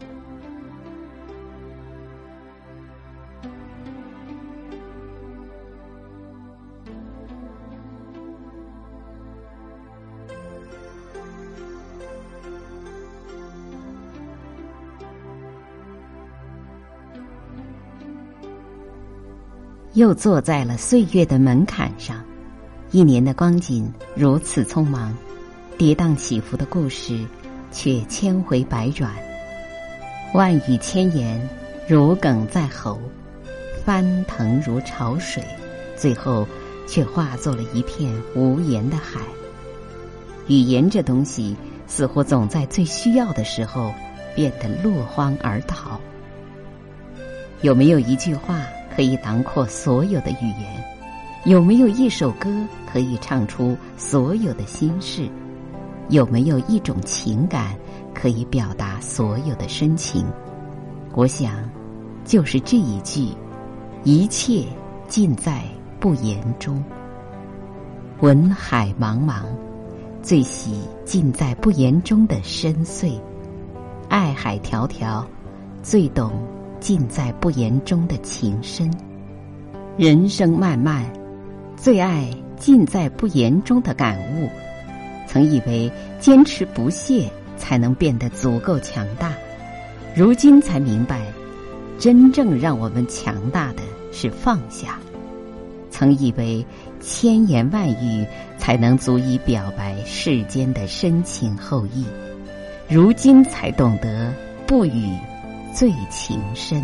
又坐在了岁月的门槛上，1年的光景如此匆忙，跌宕起伏的故事却千回百转，万语千言如鲠在喉，翻腾如潮水，最后却化作了一片无言的海。语言这东西似乎总在最需要的时候变得落荒而逃。有没有一句话可以囊括所有的语言？有没有一首歌可以唱出所有的心事？有没有一种情感可以表达所有的深情？我想，就是这一句：一切尽在不言中。文海茫茫，最喜尽在不言中的深邃；爱海迢迢，最懂尽在不言中的情深。人生漫漫，最爱尽在不言中的感悟。曾以为坚持不懈才能变得足够强大，如今才明白，真正让我们强大的是放下。曾以为千言万语才能足以表白世间的深情厚谊，如今才懂得不语最情深。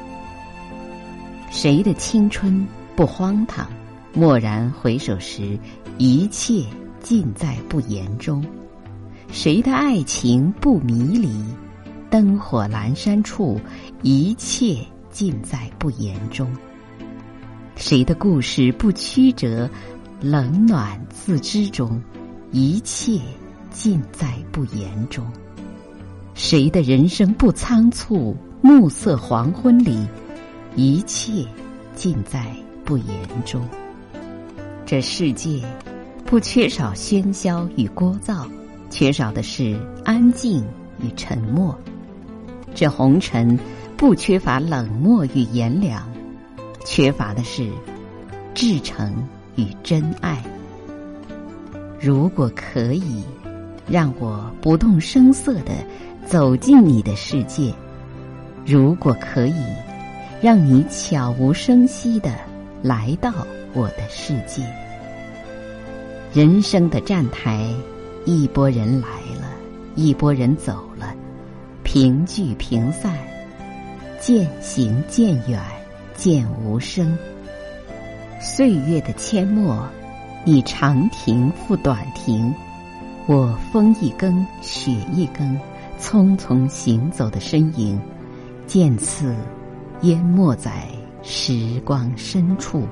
谁的青春不荒唐？蓦然回首时，一切尽在不言中。谁的爱情不迷离？灯火阑珊处，一切尽在不言中。谁的故事不曲折？冷暖自知中，一切尽在不言中。谁的人生不仓促？暮色黄昏里，一切尽在不言中。这世界不缺少喧嚣与聒噪，缺少的是安静与沉默。这红尘不缺乏冷漠与炎凉，缺乏的是至诚与真爱。如果可以，让我不动声色地走进你的世界；如果可以，让你悄无声息地来到我的世界。人生的站台，一拨人来了，一拨人走了，平聚平散，渐行渐远，渐无声。岁月的阡陌，你长停复短停，我风一更雪一更，匆匆行走的身影，渐次淹没在时光深处。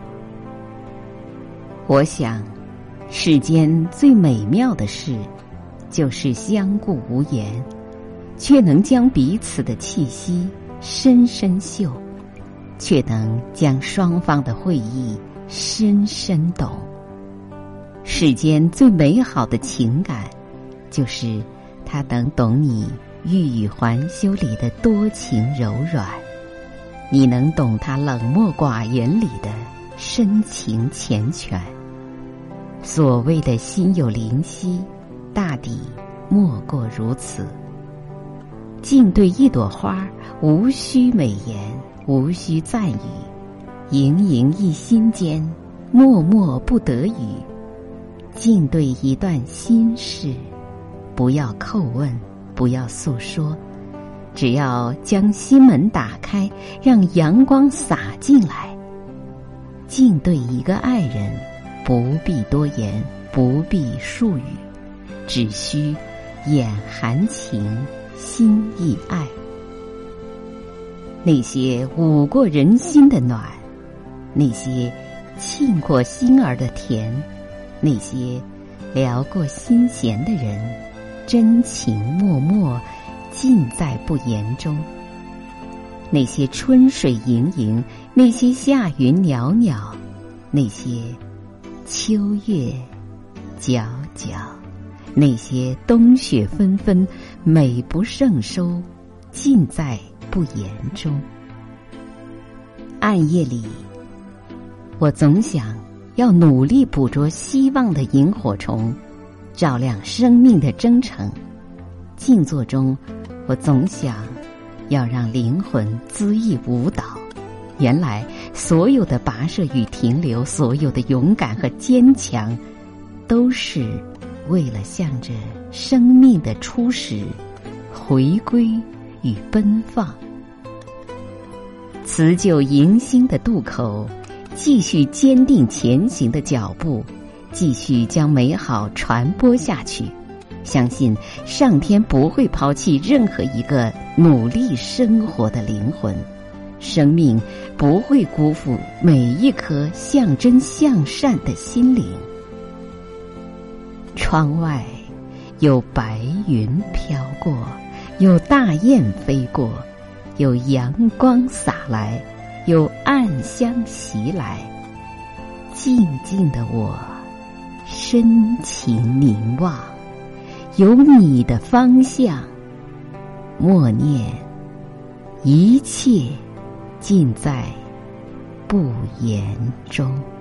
我想，世间最美妙的事，就是相顾无言，却能将彼此的气息深深嗅，却能将双方的会意深深懂。世间最美好的情感，就是它能懂你欲语还休里的多情柔软，你能懂他冷漠寡言里的深情缱绻。所谓的心有灵犀，大抵莫过如此。静对一朵花，无需美言，无需赞语，盈盈一心间，默默不得语。静对一段心事，不要叩问，不要诉说，只要将心门打开，让阳光洒进来。静对一个爱人，不必多言，不必数语，只需眼含情，心亦爱。那些捂过人心的暖，那些沁过心儿的甜，那些聊过心弦的人，真情脉脉，尽在不言中。那些春水盈盈，那些夏云袅袅，那些秋月皎皎，那些冬雪纷纷，美不胜收， 尽在不言中。暗夜里，我总想要努力捕捉希望的萤火虫，照亮生命的征程。静坐中，我总想要让灵魂恣意舞蹈。原来所有的跋涉与停留，所有的勇敢和坚强，都是为了向着生命的初始回归与奔放。辞旧迎新的渡口，继续坚定前行的脚步，继续将美好传播下去。相信上天不会抛弃任何一个努力生活的灵魂，生命不会辜负每一颗向真向善的心灵。窗外有白云飘过，有大雁飞过，有阳光洒来，有暗香袭来。静静的我深情凝望，有你的方向，默念一切尽在不言中。